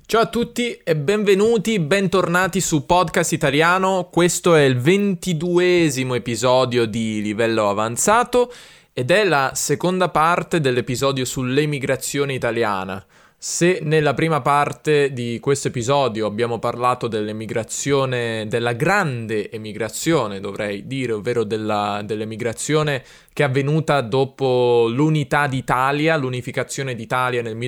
Ciao a tutti e benvenuti, bentornati su Podcast Italiano. Questo è il 22esimo episodio di Livello Avanzato ed è la seconda parte dell'episodio sull'emigrazione italiana. Se nella prima parte di questo episodio abbiamo parlato dell'emigrazione, della grande emigrazione dovrei dire, ovvero dell'emigrazione che è avvenuta dopo l'unità d'Italia, l'unificazione d'Italia nel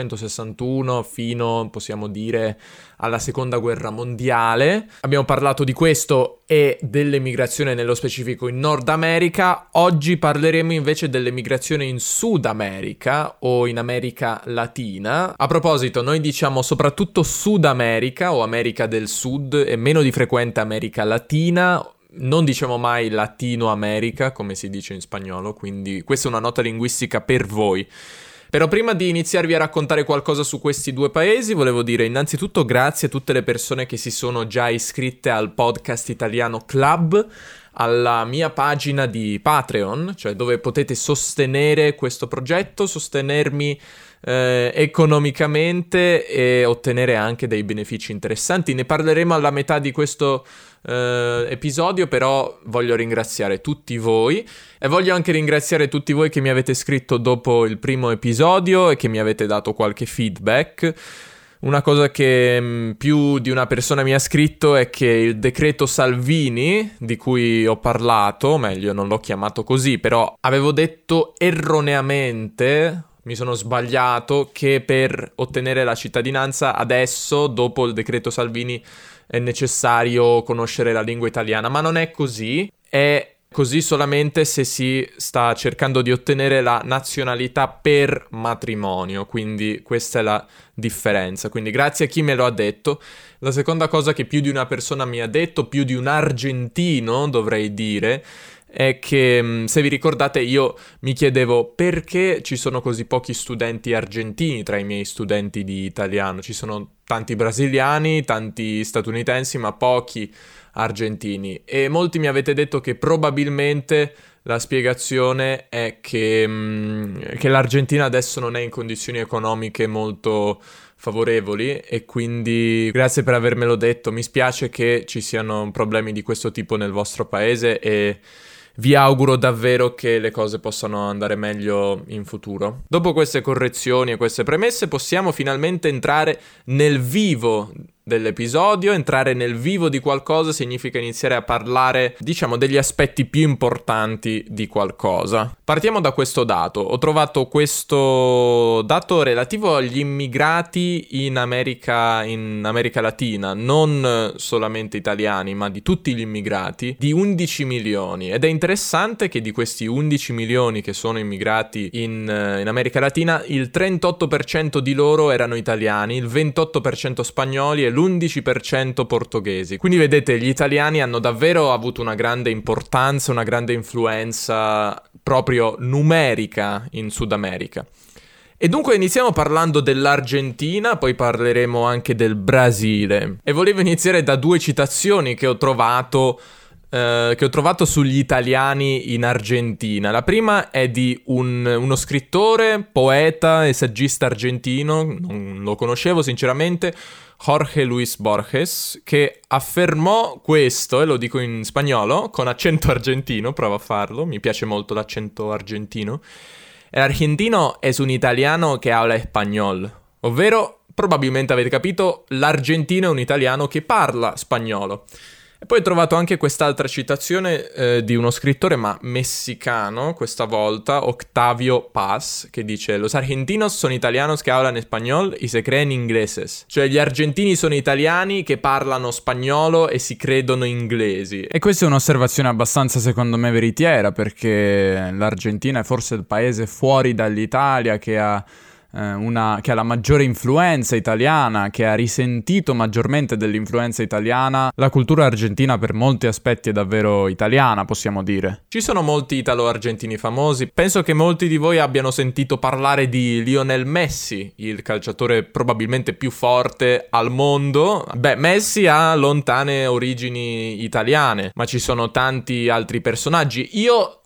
1861 fino, possiamo dire, alla Seconda Guerra Mondiale. Abbiamo parlato di questo e dell'emigrazione nello specifico in Nord America. Oggi parleremo invece dell'emigrazione in Sud America o in America Latina. A proposito, noi diciamo soprattutto Sud America o America del Sud e meno di frequente America Latina. Non diciamo mai Latino America, come si dice in spagnolo, quindi questa è una nota linguistica per voi. Però prima di iniziarvi a raccontare qualcosa su questi due paesi, volevo dire innanzitutto grazie a tutte le persone che si sono già iscritte al Podcast Italiano Club, alla mia pagina di Patreon, cioè dove potete sostenere questo progetto, sostenermi economicamente e ottenere anche dei benefici interessanti. Ne parleremo alla metà di questo episodio, però voglio ringraziare tutti voi e voglio anche ringraziare tutti voi che mi avete scritto dopo il primo episodio e che mi avete dato qualche feedback. Una cosa che più di una persona mi ha scritto è che il decreto Salvini, di cui ho parlato, meglio non l'ho chiamato così, però avevo detto erroneamente, mi sono sbagliato, che per ottenere la cittadinanza adesso, dopo il decreto Salvini, è necessario conoscere la lingua italiana, ma non è così, è così solamente se si sta cercando di ottenere la nazionalità per matrimonio, quindi questa è la differenza, quindi grazie a chi me lo ha detto. La seconda cosa che più di una persona mi ha detto, più di un argentino dovrei dire, è che se vi ricordate io mi chiedevo perché ci sono così pochi studenti argentini tra i miei studenti di italiano. Ci sono tanti brasiliani, tanti statunitensi, ma pochi argentini, e molti mi avete detto che probabilmente la spiegazione è che l'Argentina adesso non è in condizioni economiche molto favorevoli e quindi grazie per avermelo detto. Mi spiace che ci siano problemi di questo tipo nel vostro paese e vi auguro davvero che le cose possano andare meglio in futuro. Dopo queste correzioni e queste premesse possiamo finalmente entrare nel vivo dell'episodio. Entrare nel vivo di qualcosa significa iniziare a parlare, diciamo, degli aspetti più importanti di qualcosa. Partiamo da questo dato. Ho trovato questo dato relativo agli immigrati in America Latina, non solamente italiani, ma di tutti gli immigrati, di 11 milioni. Ed è interessante che di questi 11 milioni che sono immigrati in America Latina, il 38% di loro erano italiani, il 28% spagnoli e l'11% portoghesi. Quindi vedete, gli italiani hanno davvero avuto una grande importanza, una grande influenza proprio numerica in Sud America. E dunque iniziamo parlando dell'Argentina, poi parleremo anche del Brasile. E volevo iniziare da due citazioni che ho trovato sugli italiani in Argentina. La prima è di uno scrittore, poeta e saggista argentino, non lo conoscevo sinceramente, Jorge Luis Borges, che affermò questo, e lo dico in spagnolo, con accento argentino, provo a farlo, mi piace molto l'accento argentino. El argentino es un italiano que habla español, ovvero, probabilmente avete capito, l'argentino è un italiano che parla spagnolo. E poi ho trovato anche quest'altra citazione di uno scrittore, ma messicano questa volta, Octavio Paz, che dice: Los argentinos son italianos que hablan español y se creen ingleses. Cioè gli argentini sono italiani che parlano spagnolo e si credono inglesi. E questa è un'osservazione abbastanza, secondo me, veritiera, perché l'Argentina è forse il paese fuori dall'Italia che ha la maggiore influenza italiana, che ha risentito maggiormente dell'influenza italiana. La cultura argentina per molti aspetti è davvero italiana, possiamo dire. Ci sono molti italo-argentini famosi. Penso che molti di voi abbiano sentito parlare di Lionel Messi, il calciatore probabilmente più forte al mondo. Beh, Messi ha lontane origini italiane, ma ci sono tanti altri personaggi. Io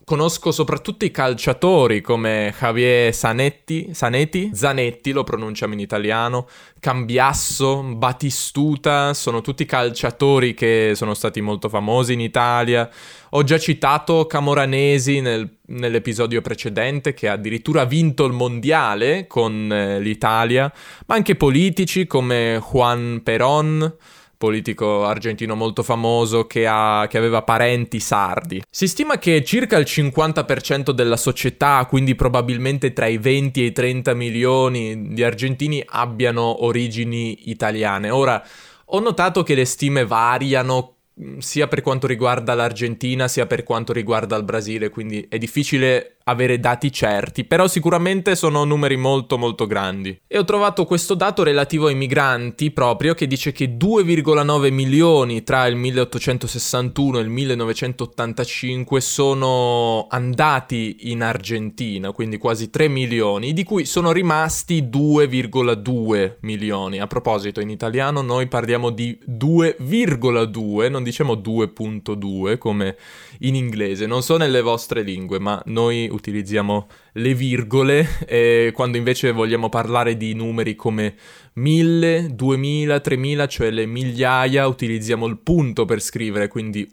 conosco soprattutto i calciatori come Javier Zanetti, lo pronunciamo in italiano, Cambiasso, Batistuta, sono tutti calciatori che sono stati molto famosi in Italia. Ho già citato Camoranesi nell'episodio precedente, che ha addirittura vinto il mondiale con l'Italia, ma anche politici come Juan Perón, politico argentino molto famoso che aveva parenti sardi. Si stima che circa il 50% della società, quindi probabilmente tra i 20 e i 30 milioni di argentini, abbiano origini italiane. Ora, ho notato che le stime variano sia per quanto riguarda l'Argentina sia per quanto riguarda il Brasile, quindi è difficile avere dati certi, però sicuramente sono numeri molto molto grandi. E ho trovato questo dato relativo ai migranti proprio, che dice che 2,9 milioni tra il 1861 e il 1985 sono andati in Argentina, quindi quasi 3 milioni, di cui sono rimasti 2,2 milioni. A proposito, in italiano noi parliamo di 2,2, non diciamo 2,2 come in inglese. Non so nelle vostre lingue, ma noi utilizziamo le virgole quando invece vogliamo parlare di numeri come 1000, 2000, 3000, cioè le migliaia, utilizziamo il punto per scrivere, quindi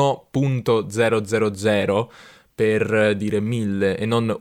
1.000 per dire 1000 e non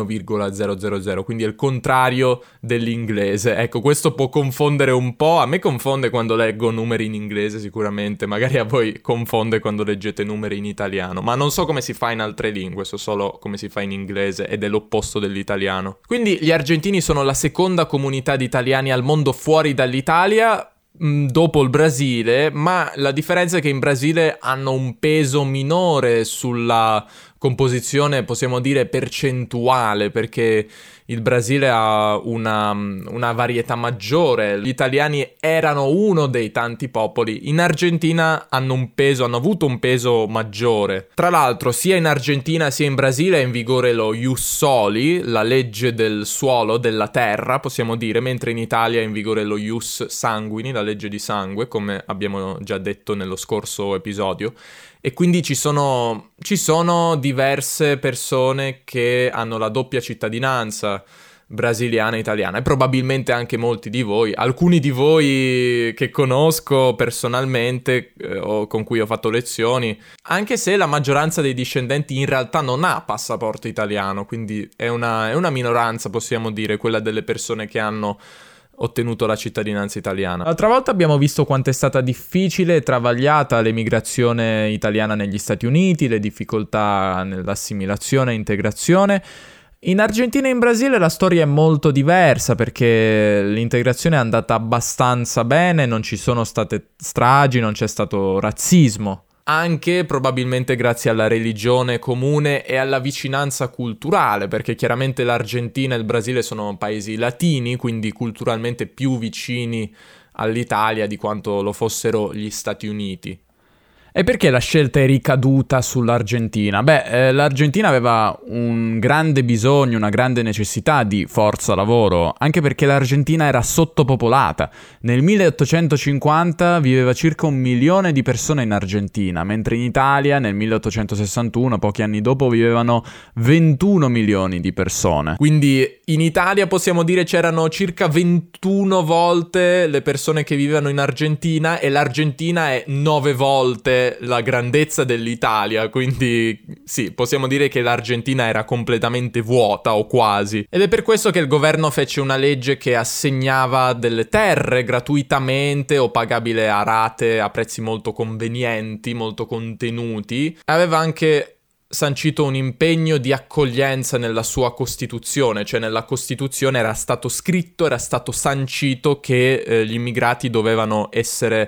1,000, quindi è il contrario dell'inglese. Ecco, questo può confondere un po', a me confonde quando leggo numeri in inglese sicuramente, magari a voi confonde quando leggete numeri in italiano, ma non so come si fa in altre lingue, so solo come si fa in inglese ed è l'opposto dell'italiano. Quindi gli argentini sono la seconda comunità di italiani al mondo fuori dall'Italia, dopo il Brasile, ma la differenza è che in Brasile hanno un peso minore sulla composizione, possiamo dire, percentuale, perché il Brasile ha una varietà maggiore. Gli italiani erano uno dei tanti popoli. In Argentina hanno avuto un peso maggiore. Tra l'altro, sia in Argentina sia in Brasile è in vigore lo Ius Soli, la legge del suolo, della terra, possiamo dire, mentre in Italia è in vigore lo Ius Sanguini, la legge di sangue, come abbiamo già detto nello scorso episodio. E quindi ci sono diverse persone che hanno la doppia cittadinanza, brasiliana e italiana, e probabilmente anche molti di voi, alcuni di voi che conosco personalmente o con cui ho fatto lezioni, anche se la maggioranza dei discendenti in realtà non ha passaporto italiano, quindi è una minoranza, possiamo dire, quella delle persone che hanno ottenuto la cittadinanza italiana. L'altra volta abbiamo visto quanto è stata difficile e travagliata l'emigrazione italiana negli Stati Uniti, le difficoltà nell'assimilazione e integrazione. In Argentina e in Brasile la storia è molto diversa perché l'integrazione è andata abbastanza bene, non ci sono state stragi, non c'è stato razzismo. Anche probabilmente grazie alla religione comune e alla vicinanza culturale, perché chiaramente l'Argentina e il Brasile sono paesi latini, quindi culturalmente più vicini all'Italia di quanto lo fossero gli Stati Uniti. E perché la scelta è ricaduta sull'Argentina? L'Argentina aveva un grande bisogno, una grande necessità di forza lavoro, anche perché l'Argentina era sottopopolata. Nel 1850 viveva circa 1 milione di persone in Argentina, mentre in Italia nel 1861, pochi anni dopo, vivevano 21 milioni di persone. Quindi in Italia possiamo dire c'erano circa 21 volte le persone che vivevano in Argentina e l'Argentina è 9 volte la grandezza dell'Italia, quindi sì, possiamo dire che l'Argentina era completamente vuota o quasi. Ed è per questo che il governo fece una legge che assegnava delle terre gratuitamente o pagabile a rate a prezzi molto convenienti, molto contenuti. Aveva anche sancito un impegno di accoglienza nella sua Costituzione, cioè nella Costituzione era stato scritto, era stato sancito che gli immigrati dovevano essere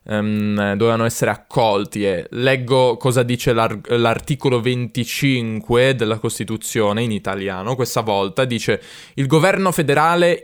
accolti. E leggo cosa dice l'articolo 25 della Costituzione in italiano. Questa volta dice: il governo federale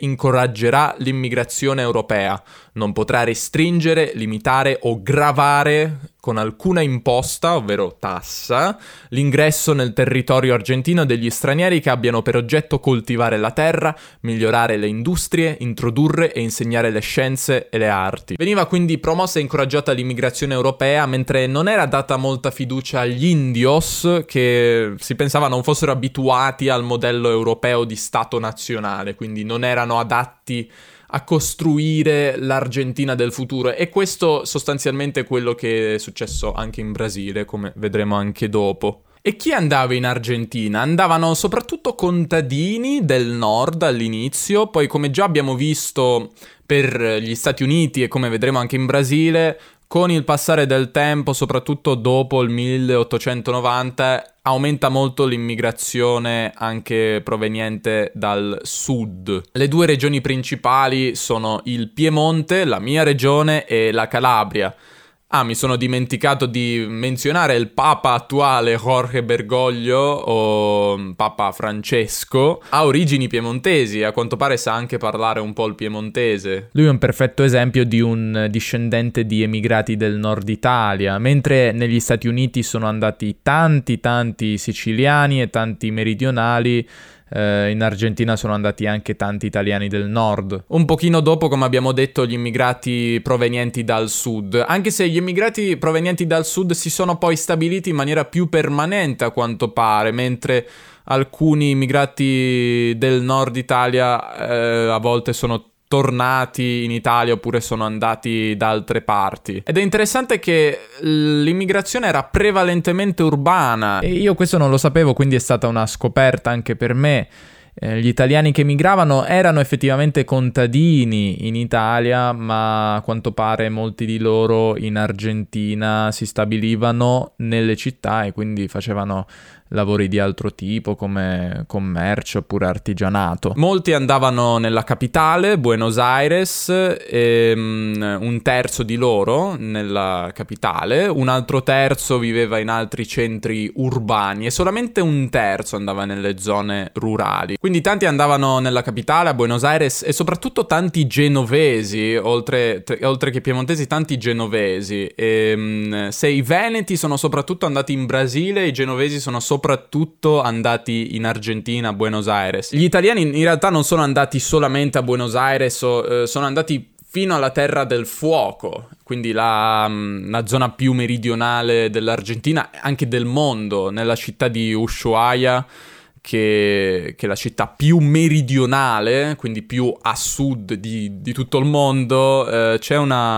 incoraggerà l'immigrazione europea, non potrà restringere, limitare o gravare con alcuna imposta, ovvero tassa, l'ingresso nel territorio argentino degli stranieri che abbiano per oggetto coltivare la terra, migliorare le industrie, introdurre e insegnare le scienze e le arti. Veniva quindi promossa e incoraggiata l'immigrazione europea, mentre non era data molta fiducia agli indios, che si pensava non fossero abituati al modello europeo di Stato nazionale, quindi non erano adatti a costruire l'Argentina del futuro, e questo sostanzialmente è quello che è successo anche in Brasile, come vedremo anche dopo. E chi andava in Argentina? Andavano soprattutto contadini del nord all'inizio, poi come già abbiamo visto per gli Stati Uniti e come vedremo anche in Brasile, con il passare del tempo, soprattutto dopo il 1890, aumenta molto l'immigrazione anche proveniente dal sud. Le due regioni principali sono il Piemonte, la mia regione, e la Calabria. Mi sono dimenticato di menzionare il Papa attuale, Jorge Bergoglio, o Papa Francesco, ha origini piemontesi, a quanto pare sa anche parlare un po' il piemontese. Lui è un perfetto esempio di un discendente di emigrati del nord Italia, mentre negli Stati Uniti sono andati tanti siciliani e tanti meridionali. In Argentina sono andati anche tanti italiani del nord. Un pochino dopo, come abbiamo detto, gli immigrati provenienti dal sud, anche se gli immigrati provenienti dal sud si sono poi stabiliti in maniera più permanente a quanto pare, mentre alcuni immigrati del nord Italia a volte sono tornati in Italia oppure sono andati da altre parti. Ed è interessante che l'immigrazione era prevalentemente urbana. E io questo non lo sapevo, quindi è stata una scoperta anche per me. Gli italiani che migravano erano effettivamente contadini in Italia, ma a quanto pare molti di loro in Argentina si stabilivano nelle città e quindi facevano lavori di altro tipo come commercio oppure artigianato. Molti andavano nella capitale, Buenos Aires, un terzo di loro nella capitale, un altro terzo viveva in altri centri urbani e solamente un terzo andava nelle zone rurali. Quindi tanti andavano nella capitale, a Buenos Aires, e soprattutto tanti genovesi, oltre che piemontesi, tanti genovesi. Se i veneti sono soprattutto andati in Brasile, i genovesi sono soprattutto andati in Argentina, a Buenos Aires. Gli italiani in realtà non sono andati solamente a Buenos Aires, sono andati fino alla Terra del Fuoco, quindi la zona più meridionale dell'Argentina, anche del mondo, nella città di Ushuaia, che è la città più meridionale, quindi più a sud di tutto il mondo. C'è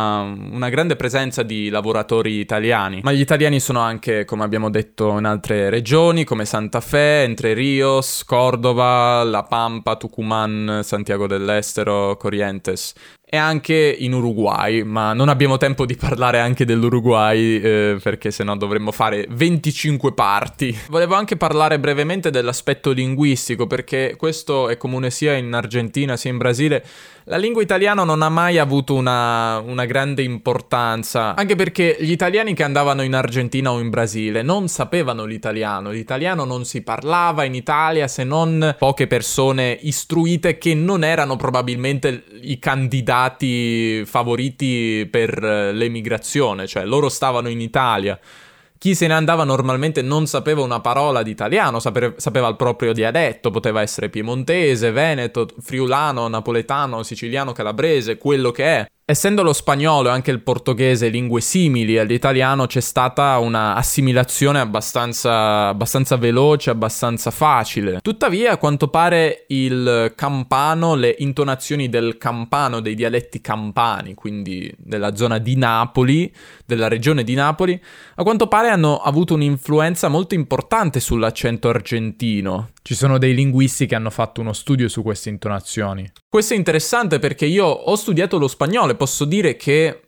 una grande presenza di lavoratori italiani, ma gli italiani sono anche, come abbiamo detto, in altre regioni come Santa Fe, Entre Rios, Cordova, La Pampa, Tucumán, Santiago del Estero, Corrientes, e anche in Uruguay, ma non abbiamo tempo di parlare anche dell'Uruguay perché sennò dovremmo fare 25 parti. Volevo anche parlare brevemente dell'aspetto linguistico, perché questo è comune sia in Argentina sia in Brasile. La lingua italiana non ha mai avuto una grande importanza, anche perché gli italiani che andavano in Argentina o in Brasile non sapevano l'italiano non si parlava in Italia se non poche persone istruite che non erano probabilmente i candidati favoriti per l'emigrazione, cioè loro stavano in Italia. Chi se ne andava normalmente non sapeva una parola di italiano, sapeva il proprio dialetto, poteva essere piemontese, veneto, friulano, napoletano, siciliano, calabrese, quello che è. Essendo lo spagnolo e anche il portoghese lingue simili all'italiano, c'è stata una assimilazione abbastanza veloce, abbastanza facile. Tuttavia, a quanto pare il campano, le intonazioni del campano, dei dialetti campani, quindi della zona di Napoli, della regione di Napoli, a quanto pare hanno avuto un'influenza molto importante sull'accento argentino. Ci sono dei linguisti che hanno fatto uno studio su queste intonazioni. Questo è interessante perché io ho studiato lo spagnolo e posso dire che,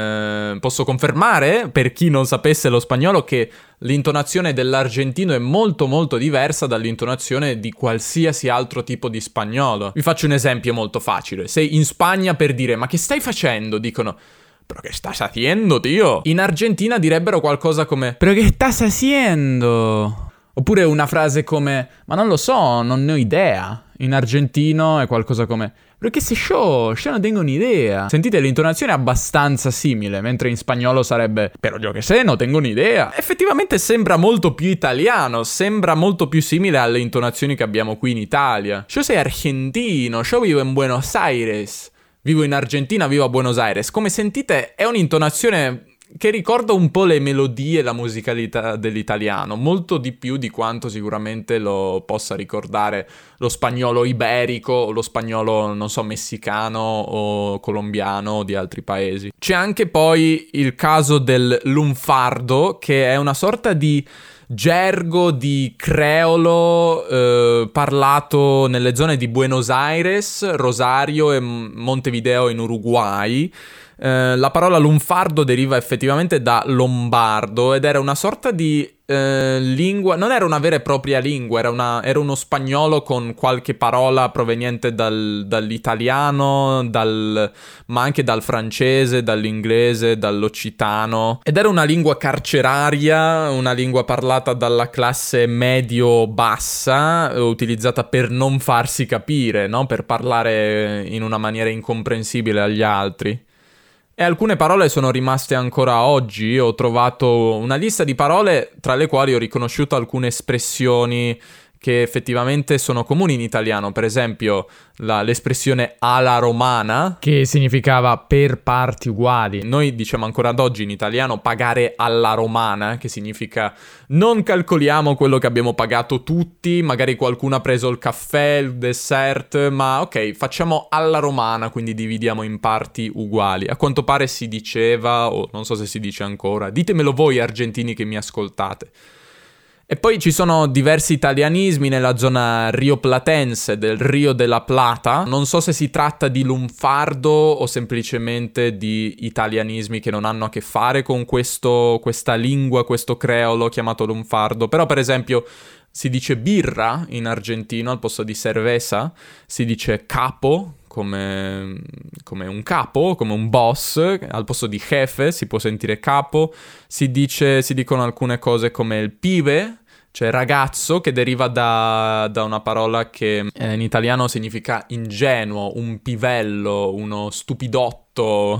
posso confermare, per chi non sapesse lo spagnolo, che l'intonazione dell'argentino è molto molto diversa dall'intonazione di qualsiasi altro tipo di spagnolo. Vi faccio un esempio molto facile. Se in Spagna per dire "ma che stai facendo?" dicono "pero che stas haciendo, tío?" In Argentina direbbero qualcosa come "pero che stas haciendo?" Oppure una frase come "ma non lo so, non ne ho idea." In argentino è qualcosa come Perché se show non tengo un'idea. Sentite, l'intonazione è abbastanza simile, mentre in spagnolo sarebbe pero yo que sé, no tengo un'idea. Effettivamente sembra molto più italiano, sembra molto più simile alle intonazioni che abbiamo qui in Italia. Io sei argentino, io vivo in Buenos Aires. Vivo in Argentina, vivo a Buenos Aires. Come sentite è un'intonazione che ricorda un po' le melodie e la musicalità dell'italiano, molto di più di quanto sicuramente lo possa ricordare lo spagnolo iberico o lo spagnolo, non so, messicano o colombiano o di altri paesi. C'è anche poi il caso del lunfardo, che è una sorta di gergo di creolo parlato nelle zone di Buenos Aires, Rosario e Montevideo in Uruguay. La parola lunfardo deriva effettivamente da lombardo ed era una sorta di lingua, non era una vera e propria lingua, era uno spagnolo con qualche parola proveniente dall'italiano, ma anche dal francese, dall'inglese, dall'occitano, ed era una lingua carceraria, una lingua parlata dalla classe medio-bassa, utilizzata per non farsi capire, no? Per parlare in una maniera incomprensibile agli altri. E alcune parole sono rimaste ancora oggi. Ho trovato una lista di parole tra le quali ho riconosciuto alcune espressioni che effettivamente sono comuni in italiano. Per esempio l'espressione alla romana, che significava per parti uguali. Noi diciamo ancora ad oggi in italiano pagare alla romana, che significa non calcoliamo quello che abbiamo pagato tutti, magari qualcuno ha preso il caffè, il dessert, ma ok, facciamo alla romana, quindi dividiamo in parti uguali. A quanto pare si diceva, o non so se si dice ancora, ditemelo voi argentini che mi ascoltate. E poi ci sono diversi italianismi nella zona rioplatense del Rio della Plata. Non so se si tratta di lunfardo o semplicemente di italianismi che non hanno a che fare con questa lingua, questo creolo chiamato lunfardo. Però per esempio si dice birra in argentino al posto di cerveza, si dice capo come un capo, come un boss, al posto di jefe si può sentire capo, si dicono alcune cose come il pibe, cioè ragazzo, che deriva da una parola che in italiano significa ingenuo, un pivello, uno stupidotto,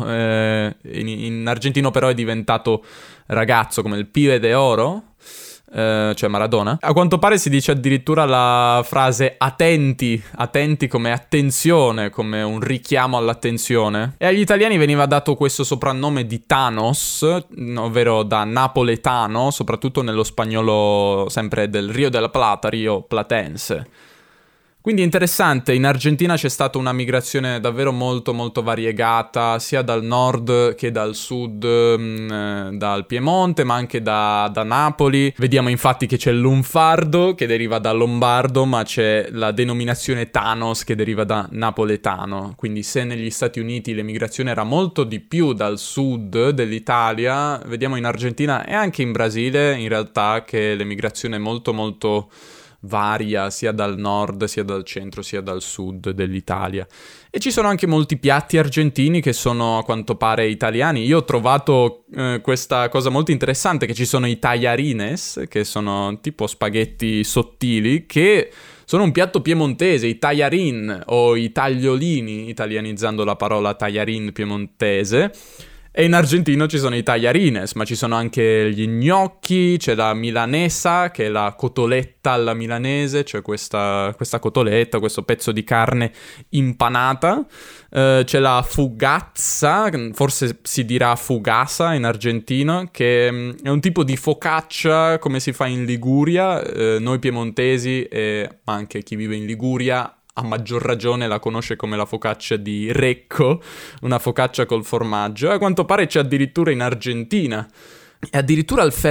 in argentino però è diventato ragazzo, come il pibe de oro, cioè Maradona. A quanto pare si dice addirittura la frase attenti come attenzione, come un richiamo all'attenzione. E agli italiani veniva dato questo soprannome di Thanos, ovvero da napoletano, soprattutto nello spagnolo sempre del Rio della Plata, Rio platense. Quindi interessante, in Argentina c'è stata una migrazione davvero molto molto variegata, sia dal nord che dal sud, dal Piemonte, ma anche da Napoli. Vediamo infatti che c'è il lunfardo, che deriva da lombardo, ma c'è la denominazione Thanos, che deriva da napoletano. Quindi se negli Stati Uniti l'emigrazione era molto di più dal sud dell'Italia, vediamo in Argentina e anche in Brasile, in realtà, che l'emigrazione è molto molto varia sia dal nord, sia dal centro, sia dal sud dell'Italia. E ci sono anche molti piatti argentini che sono a quanto pare italiani. Io ho trovato questa cosa molto interessante, che ci sono i tallarines, che sono tipo spaghetti sottili, che sono un piatto piemontese, i tagliarin o i tagliolini, italianizzando la parola tagliarin piemontese. E in argentino ci sono i tallarines, ma ci sono anche gli gnocchi, c'è la milanesa, che è la cotoletta alla milanese, cioè questa cotoletta, questo pezzo di carne impanata. C'è la fugazza, forse si dirà fugasa in argentino, che è un tipo di focaccia come si fa in Liguria. Noi piemontesi, ma anche chi vive in Liguria, a maggior ragione la conosce come la focaccia di Recco, una focaccia col formaggio. A quanto pare c'è addirittura in Argentina. E addirittura il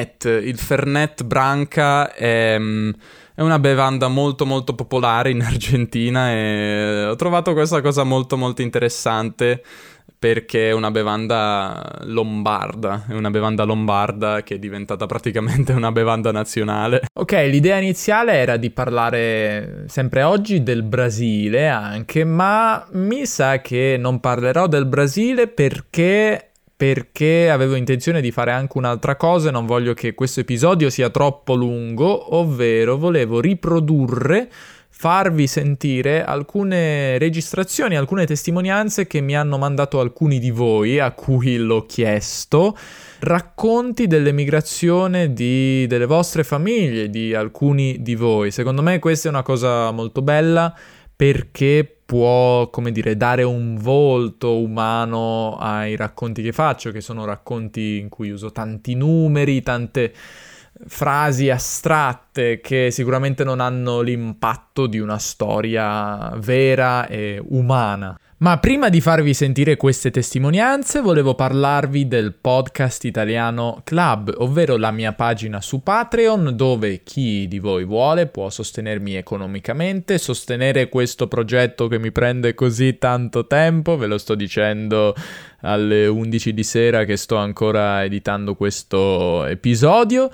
Fernet Branca è una bevanda molto molto popolare in Argentina, e ho trovato questa cosa molto molto interessante, perché è una bevanda lombarda, che è diventata praticamente una bevanda nazionale. Ok, l'idea iniziale era di parlare sempre oggi del Brasile anche, ma mi sa che non parlerò del Brasile perché avevo intenzione di fare anche un'altra cosa e non voglio che questo episodio sia troppo lungo, ovvero volevo riprodurre farvi sentire alcune registrazioni, alcune testimonianze che mi hanno mandato alcuni di voi a cui l'ho chiesto, racconti dell'emigrazione delle vostre famiglie, di alcuni di voi. Secondo me questa è una cosa molto bella perché può, come dire, dare un volto umano ai racconti che faccio, che sono racconti in cui uso tanti numeri, tante frasi astratte che sicuramente non hanno l'impatto di una storia vera e umana. Ma prima di farvi sentire queste testimonianze volevo parlarvi del Podcast Italiano Club, ovvero la mia pagina su Patreon dove chi di voi vuole può sostenermi economicamente, sostenere questo progetto che mi prende così tanto tempo, ve lo sto dicendo alle 11 di sera che sto ancora editando questo episodio,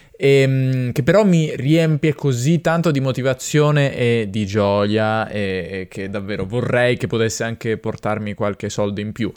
che però mi riempie così tanto di motivazione e di gioia e che davvero vorrei che potesse anche portarmi qualche soldo in più.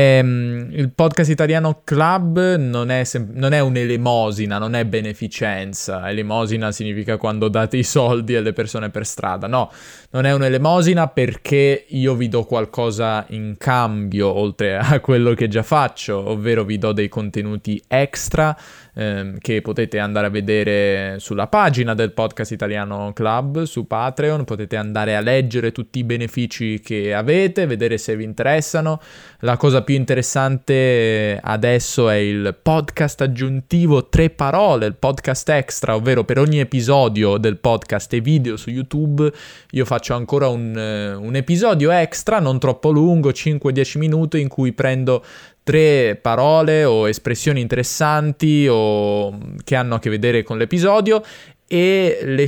Il Podcast Italiano Club non è un'elemosina, non è beneficenza. Elemosina significa quando date i soldi alle persone per strada. No, non è un'elemosina perché io vi do qualcosa in cambio oltre a quello che già faccio, ovvero vi do dei contenuti extra che potete andare a vedere sulla pagina del Podcast Italiano Club su Patreon, potete andare a leggere tutti i benefici che avete, vedere se vi interessano. La cosa più interessante adesso è il podcast aggiuntivo 3 parole, il podcast extra, ovvero per ogni episodio del podcast e video su YouTube io faccio ancora un episodio extra, non troppo lungo, 5-10 minuti, in cui prendo 3 parole o espressioni interessanti o che hanno a che vedere con l'episodio e le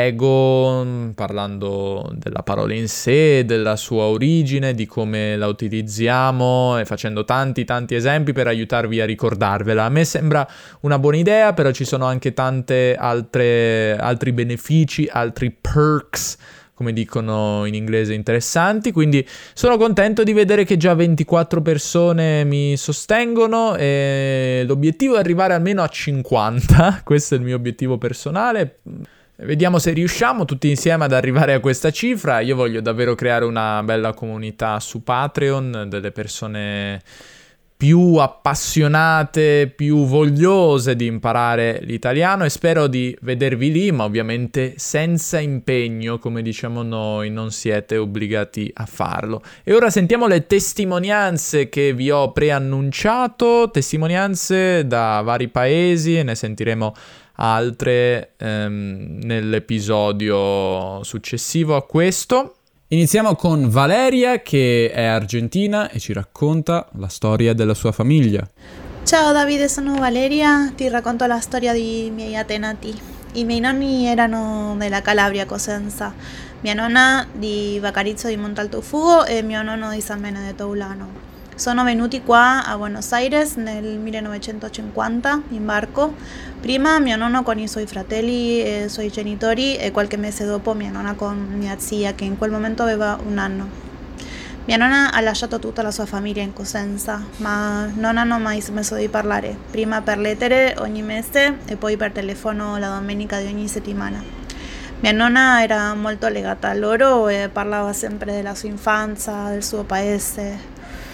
spiego parlando della parola in sé, della sua origine, di come la utilizziamo e facendo tanti esempi per aiutarvi a ricordarvela. A me sembra una buona idea, però ci sono anche tante altri benefici, altri perks, come dicono in inglese, interessanti, quindi sono contento di vedere che già 24 persone mi sostengono e l'obiettivo è arrivare almeno a 50, questo è il mio obiettivo personale. Vediamo se riusciamo tutti insieme ad arrivare a questa cifra. Io voglio davvero creare una bella comunità su Patreon, delle persone più appassionate, più vogliose di imparare l'italiano, e spero di vedervi lì, ma ovviamente senza impegno, come diciamo noi, non siete obbligati a farlo. E ora sentiamo le testimonianze che vi ho preannunciato, testimonianze da vari paesi, e ne sentiremo altre nell'episodio successivo a questo. Iniziamo con Valeria, che è argentina e ci racconta la storia della sua famiglia. Ciao Davide, sono Valeria, ti racconto la storia di miei antenati. I miei nonni erano della Calabria, Cosenza, mia nonna di Vacarizzo di Montaltofugo e mio nonno di San Benedetto Ulano. Sono venuti qua a Buenos Aires nel 1950 in barco. Prima mio nonno con i suoi fratelli e i suoi genitori e qualche mese dopo mia nonna con mia zia, che in quel momento aveva 1 anno. Mia nonna ha lasciato tutta la sua famiglia in Cosenza, ma non hanno mai smesso di parlare, prima per lettere ogni mese e poi per telefono la domenica di ogni settimana. Mia nonna era molto legata a loro e parlava sempre della sua infanzia, del suo paese.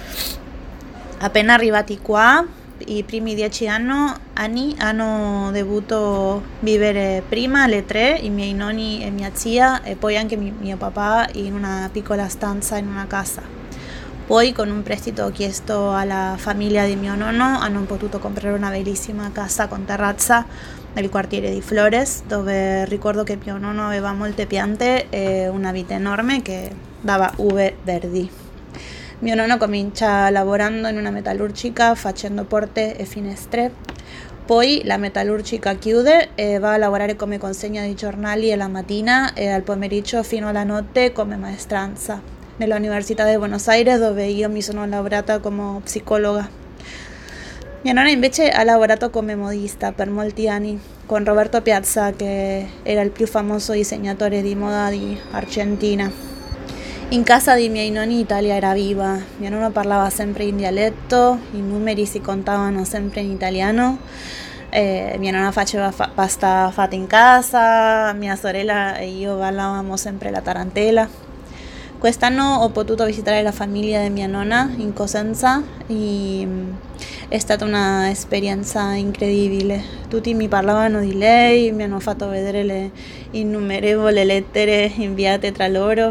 Appena arrivati qua, i primi 10 anni hanno dovuto vivere prima alle 3, i miei nonni e mia zia, e poi anche mio papà in una piccola stanza in una casa. Poi con un prestito chiesto alla famiglia di mio nonno hanno potuto comprare una bellissima casa con terrazza nel quartiere di Flores, dove ricordo che mio nonno aveva molte piante e una vite enorme che dava uve verdi. Mio nonno comincia lavorando in una metallurgica facendo porte e finestre, poi la metallurgica chiude e va a lavorare come consegna di giornali alla mattina e al pomeriggio fino alla notte come maestranza nell'Università di Buenos Aires, dove io mi sono laureata come psicologa. Mia nonna invece ha lavorato come modista per molti anni con Roberto Piazza, che era il più famoso disegnatore di moda di Argentina. In casa dei miei nonni Italia era viva, mio nonno parlava sempre in dialetto, i numeri si contavano sempre in italiano, Mia nonna faceva pasta fatta in casa, mia sorella e io ballavamo sempre la tarantella. Quest'anno ho potuto visitare la famiglia di mia nonna in Cosenza e è stata un'esperienza incredibile. Tutti mi parlavano di lei, mi hanno fatto vedere le innumerevoli lettere inviate tra loro.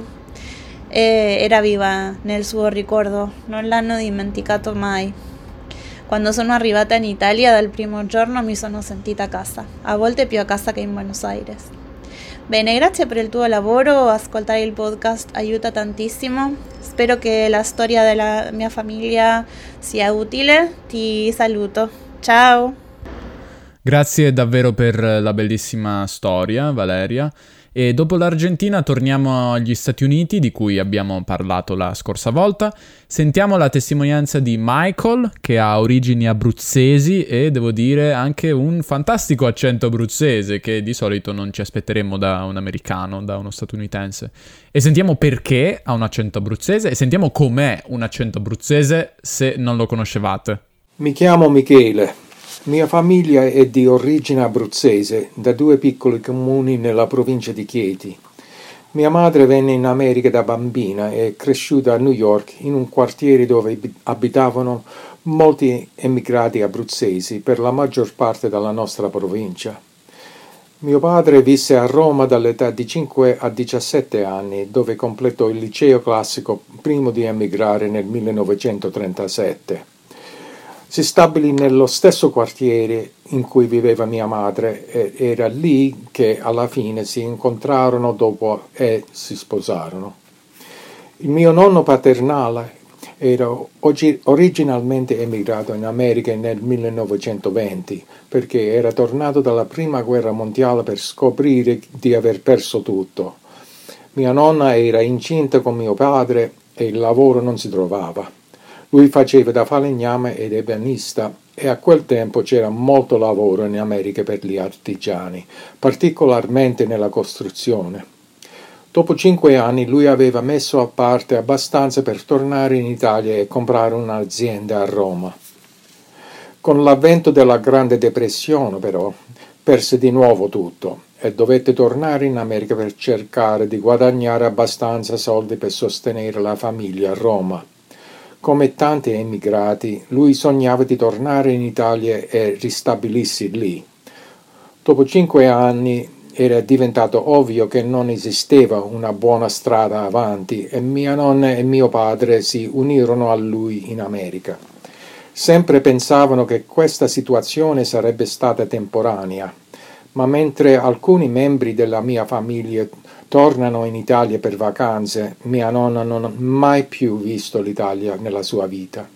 Era viva nel suo ricordo, non l'hanno dimenticato mai. Quando sono arrivata in Italia dal primo giorno mi sono sentita a casa, a volte più a casa che in Buenos Aires. Bene, grazie per il tuo lavoro, ascoltare il podcast aiuta tantissimo. Spero che la storia della mia famiglia sia utile. Ti saluto. Ciao! Grazie davvero per la bellissima storia, Valeria. E dopo l'Argentina torniamo agli Stati Uniti, di cui abbiamo parlato la scorsa volta. Sentiamo la testimonianza di Michael, che ha origini abruzzesi e, devo dire, anche un fantastico accento abruzzese, che di solito non ci aspetteremmo da un americano, da uno statunitense. E sentiamo perché ha un accento abruzzese e sentiamo com'è un accento abruzzese, se non lo conoscevate. Mi chiamo Michele. Mia famiglia è di origine abruzzese, da 2 piccoli comuni nella provincia di Chieti. Mia madre venne in America da bambina e è cresciuta a New York in un quartiere dove abitavano molti emigrati abruzzesi, per la maggior parte della nostra provincia. Mio padre visse a Roma dall'età di 5 a 17 anni, dove completò il liceo classico prima di emigrare nel 1937. Si stabilì nello stesso quartiere in cui viveva mia madre ed era lì che alla fine si incontrarono dopo e si sposarono. Il mio nonno paternale era originalmente emigrato in America nel 1920 perché era tornato dalla Prima Guerra Mondiale per scoprire di aver perso tutto. Mia nonna era incinta con mio padre e il lavoro non si trovava. Lui faceva da falegname ed ebanista e a quel tempo c'era molto lavoro in America per gli artigiani, particolarmente nella costruzione. Dopo 5 anni lui aveva messo a parte abbastanza per tornare in Italia e comprare un'azienda a Roma. Con l'avvento della Grande Depressione, però, perse di nuovo tutto e dovette tornare in America per cercare di guadagnare abbastanza soldi per sostenere la famiglia a Roma. Come tanti emigrati, lui sognava di tornare in Italia e ristabilirsi lì. Dopo 5 anni era diventato ovvio che non esisteva una buona strada avanti e mia nonna e mio padre si unirono a lui in America. Sempre pensavano che questa situazione sarebbe stata temporanea, ma mentre alcuni membri della mia famiglia tornano in Italia per vacanze, mia nonna non ha mai più visto l'Italia nella sua vita.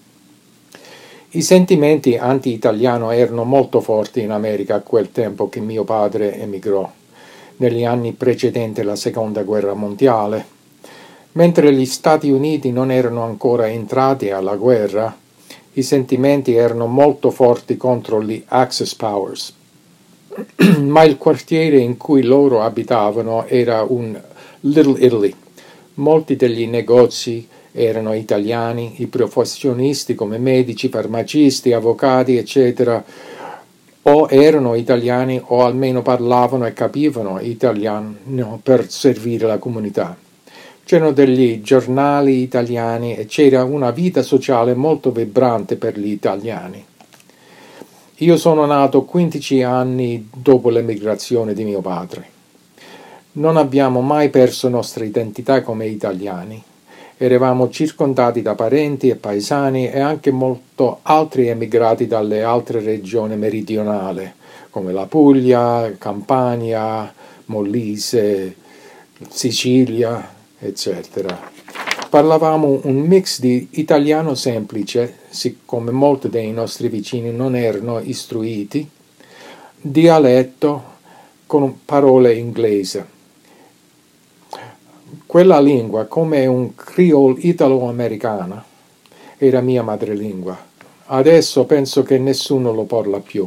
I sentimenti anti-italiano erano molto forti in America a quel tempo che mio padre emigrò, negli anni precedenti la Seconda Guerra Mondiale. Mentre gli Stati Uniti non erano ancora entrati alla guerra, i sentimenti erano molto forti contro gli Axis Powers. Ma il quartiere in cui loro abitavano era un Little Italy. Molti degli negozi erano italiani, i professionisti come medici, farmacisti, avvocati, eccetera, o erano italiani o almeno parlavano e capivano italiano per servire la comunità. C'erano degli giornali italiani e c'era una vita sociale molto vibrante per gli italiani. Io sono nato 15 anni dopo l'emigrazione di mio padre. Non abbiamo mai perso nostra identità come italiani. Eravamo circondati da parenti e paesani e anche molto altri emigrati dalle altre regioni meridionali, come la Puglia, Campania, Molise, Sicilia, eccetera. Parlavamo un mix di italiano semplice, siccome molti dei nostri vicini non erano istruiti, dialetto con parole inglesi. Quella lingua, come un creole italo-americana, era mia madrelingua. Adesso penso che nessuno lo parla più.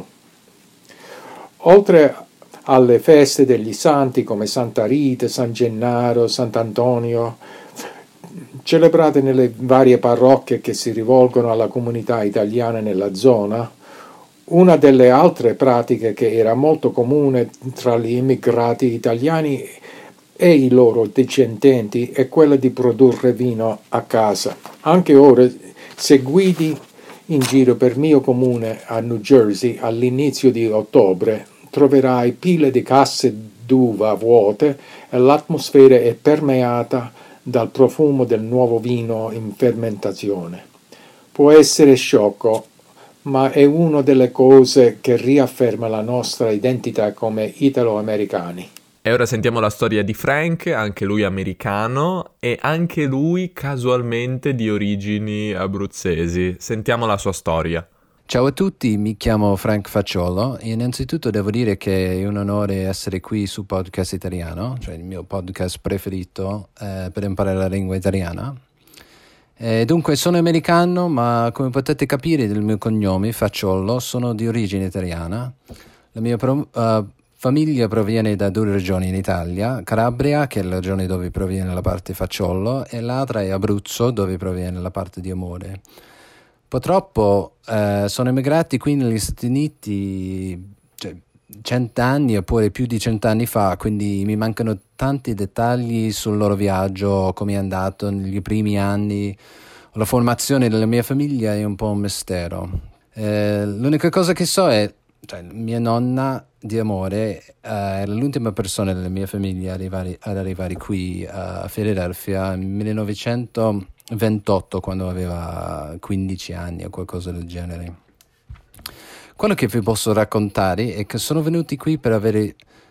Oltre alle feste degli santi come Santa Rita, San Gennaro, Sant'Antonio, celebrate nelle varie parrocchie che si rivolgono alla comunità italiana nella zona, Una delle altre pratiche che era molto comune tra gli immigrati italiani e i loro discendenti è quella di produrre vino a casa. Anche ora, se guidi in giro per mio comune a New Jersey all'inizio di ottobre, troverai pile di casse d'uva vuote e l'atmosfera è permeata dal profumo del nuovo vino in fermentazione. Può essere sciocco, ma è una delle cose che riafferma la nostra identità come italo-americani. E ora sentiamo la storia di Frank, anche lui americano e anche lui casualmente di origini abruzzesi. Sentiamo la sua storia. Ciao a tutti, mi chiamo Frank Facciolo e innanzitutto devo dire che è un onore essere qui su Podcast Italiano, cioè il mio podcast preferito per imparare la lingua italiana. Dunque sono americano, ma come potete capire dal mio cognome, Facciolo, sono di origine italiana. La mia famiglia proviene da 2 regioni in Italia, Calabria, che è la regione dove proviene la parte Facciolo, e l'altra è Abruzzo, dove proviene la parte di Amore. Purtroppo sono emigrati qui negli Stati Uniti 100 anni oppure più di 100 anni fa, quindi mi mancano tanti dettagli sul loro viaggio, come è andato negli primi anni. La formazione della mia famiglia è un po' un mistero. L'unica cosa che so è mia nonna di Amore era l'ultima persona della mia famiglia ad arrivare qui a Philadelphia nel 1928, quando aveva 15 anni o qualcosa del genere. Quello che vi posso raccontare è che sono venuti qui per avere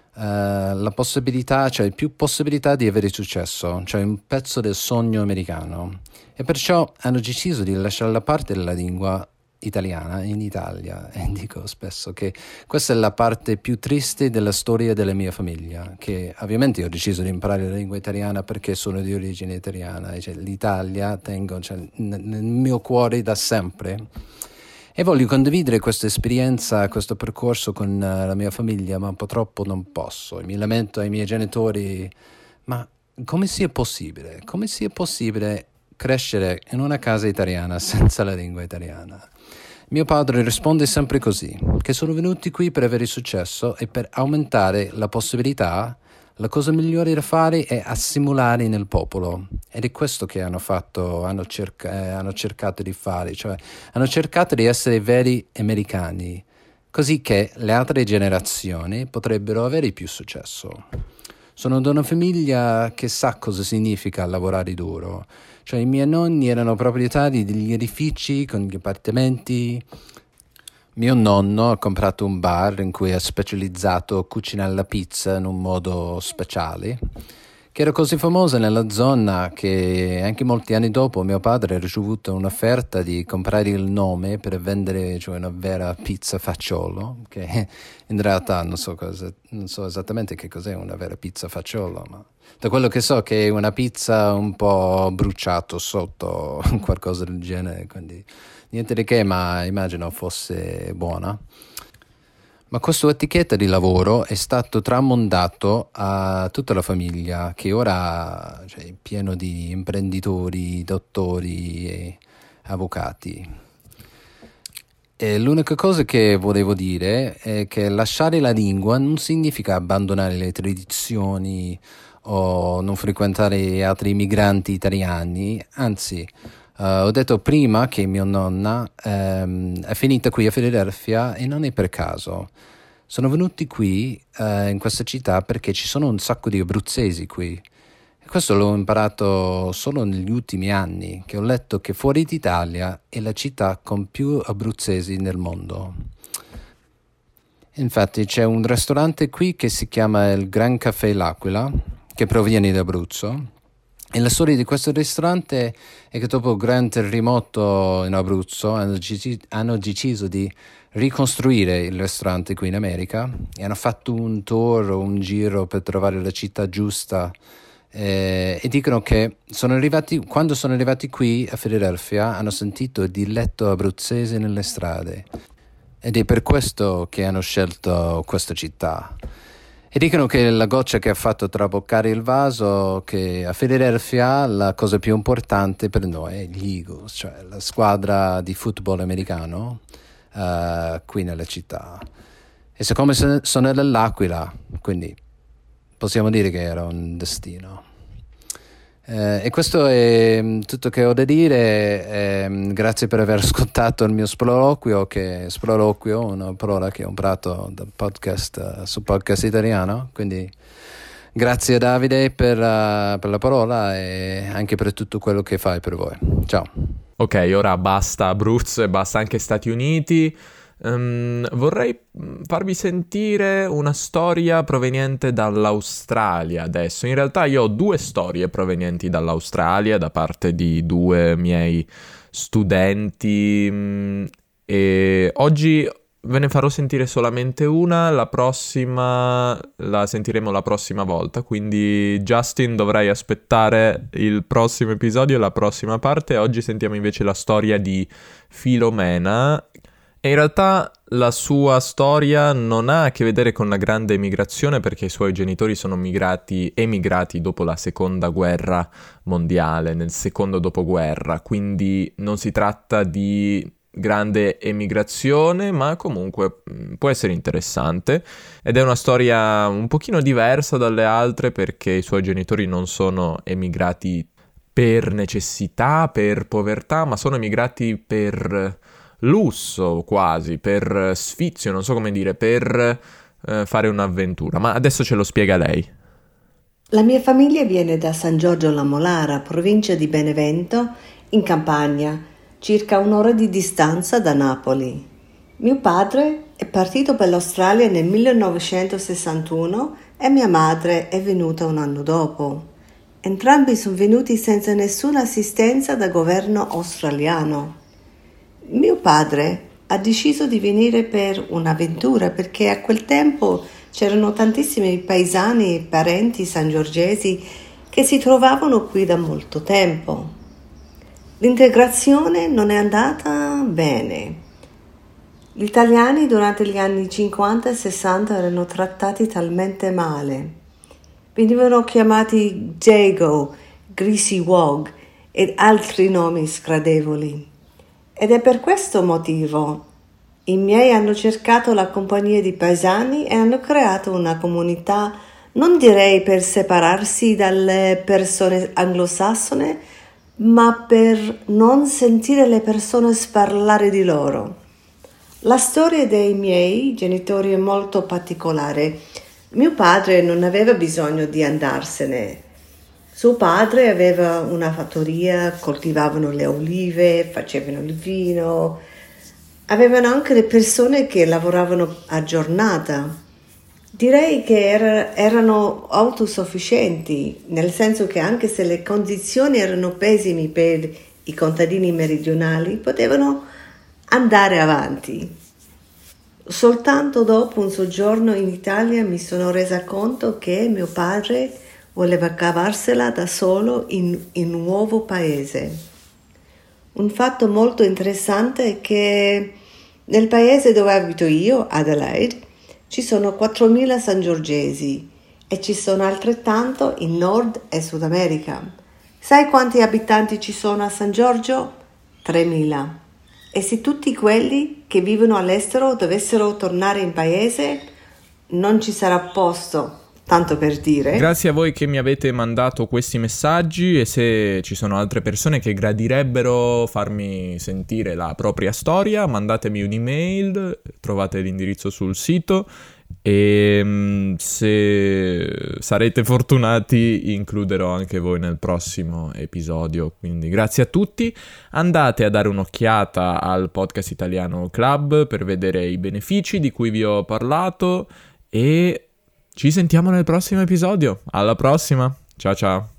la possibilità, cioè più possibilità di avere successo, cioè un pezzo del sogno americano, e perciò hanno deciso di lasciare la parte della lingua italiana in Italia, e dico spesso che questa è la parte più triste della storia della mia famiglia, che ovviamente ho deciso di imparare la lingua italiana perché sono di origine italiana, e l'Italia tengo nel mio cuore da sempre, e voglio condividere questa esperienza, questo percorso con la mia famiglia, ma purtroppo non posso. Mi lamento ai miei genitori, ma come sia possibile? Come sia possibile crescere in una casa italiana senza la lingua italiana? Mio padre risponde sempre così, che sono venuti qui per avere successo e per aumentare la possibilità. La cosa migliore da fare è assimilare nel popolo, ed è questo che hanno fatto, hanno cercato di fare, cioè hanno cercato di essere veri americani, così che le altre generazioni potrebbero avere più successo. Sono da una famiglia che sa cosa significa lavorare duro, cioè i miei nonni erano proprietari degli edifici con gli appartamenti. Mio nonno ha comprato un bar in cui ha specializzato a cucinare la pizza in un modo speciale, che era così famosa nella zona che anche molti anni dopo mio padre ha ricevuto un'offerta di comprare il nome per vendere, cioè, una vera pizza Facciolo, che in realtà non so esattamente che cos'è una vera pizza Facciolo, ma da quello che so che è una pizza un po' bruciato sotto, qualcosa del genere, quindi niente di che, ma immagino fosse buona. Ma questa etichetta di lavoro è stato tramandato a tutta la famiglia, che ora è pieno di imprenditori, dottori e avvocati. E l'unica cosa che volevo dire è che lasciare la lingua non significa abbandonare le tradizioni o non frequentare altri immigranti italiani, anzi. Ho detto prima che mia nonna è finita qui a Philadelphia e non è per caso. Sono venuti qui in questa città perché ci sono un sacco di abruzzesi qui. E questo l'ho imparato solo negli ultimi anni, che ho letto che fuori d'Italia è la città con più abruzzesi nel mondo. Infatti c'è un ristorante qui che si chiama il Gran Caffè L'Aquila, che proviene da Abruzzo. E la storia di questo ristorante è che dopo il gran terremoto in Abruzzo hanno deciso di ricostruire il ristorante qui in America e hanno fatto un tour, un giro per trovare la città giusta, e dicono che quando sono arrivati qui a Philadelphia hanno sentito il dialetto abruzzese nelle strade, ed è per questo che hanno scelto questa città. E dicono che la goccia che ha fatto traboccare il vaso, che a Philadelphia la cosa più importante per noi è gli Eagles, cioè la squadra di football americano. qui nella città. E siccome sono dell'Aquila, quindi possiamo dire che era un destino. E questo è tutto che ho da dire. Grazie per aver ascoltato il mio sproloquio, una parola che ho imparato dal podcast su Podcast Italiano. Quindi grazie a Davide per la parola e anche per tutto quello che fai per voi. Ciao. Ok, ora basta Abruzzo e basta anche Stati Uniti. Vorrei farvi sentire una storia proveniente dall'Australia adesso. In realtà io ho 2 storie provenienti dall'Australia da parte di 2 miei studenti e oggi ve ne farò sentire solamente una, la prossima la sentiremo la prossima volta, quindi Justin dovrai aspettare il prossimo episodio, la prossima parte. Oggi sentiamo invece la storia di Filomena. E in realtà la sua storia non ha a che vedere con la grande emigrazione perché i suoi genitori sono emigrati dopo la seconda guerra mondiale, nel secondo dopoguerra, quindi non si tratta di grande emigrazione, ma comunque può essere interessante ed è una storia un pochino diversa dalle altre perché i suoi genitori non sono emigrati per necessità, per povertà, ma sono emigrati per lusso quasi, per sfizio, non so come dire, per fare un'avventura, ma adesso ce lo spiega lei. La mia famiglia viene da San Giorgio alla Molara, provincia di Benevento, in Campania, circa un'ora di distanza da Napoli. Mio padre è partito per l'Australia nel 1961 e mia madre è venuta un anno dopo. Entrambi sono venuti senza nessuna assistenza dal governo australiano. Mio padre ha deciso di venire per un'avventura perché a quel tempo c'erano tantissimi paesani e parenti sangiorgesi che si trovavano qui da molto tempo. L'integrazione non è andata bene. Gli italiani durante gli anni 50 e 60 erano trattati talmente male. Venivano chiamati Jago, Greasy Wog ed altri nomi sgradevoli. Ed è per questo motivo i miei hanno cercato la compagnia di paesani e hanno creato una comunità, non direi per separarsi dalle persone anglosassone, ma per non sentire le persone parlare di loro. La storia dei miei genitori è molto particolare. Mio padre non aveva bisogno di andarsene. Suo padre aveva una fattoria, coltivavano le olive, facevano il vino, avevano anche le persone che lavoravano a giornata. Direi che erano autosufficienti, nel senso che anche se le condizioni erano pessime per i contadini meridionali, potevano andare avanti. Soltanto dopo un soggiorno in Italia mi sono resa conto che mio padre voleva cavarsela da solo in un nuovo paese. Un fatto molto interessante è che nel paese dove abito io, Adelaide, ci sono 4.000 sangiorgesi e ci sono altrettanto in Nord e Sud America. Sai quanti abitanti ci sono a San Giorgio? 3.000. E se tutti quelli che vivono all'estero dovessero tornare in paese, non ci sarà posto. Tanto per dire. Grazie a voi che mi avete mandato questi messaggi e se ci sono altre persone che gradirebbero farmi sentire la propria storia, mandatemi un'email, trovate l'indirizzo sul sito e se sarete fortunati includerò anche voi nel prossimo episodio. Quindi grazie a tutti, andate a dare un'occhiata al Podcast Italiano Club per vedere i benefici di cui vi ho parlato e ci sentiamo nel prossimo episodio. Alla prossima. Ciao ciao.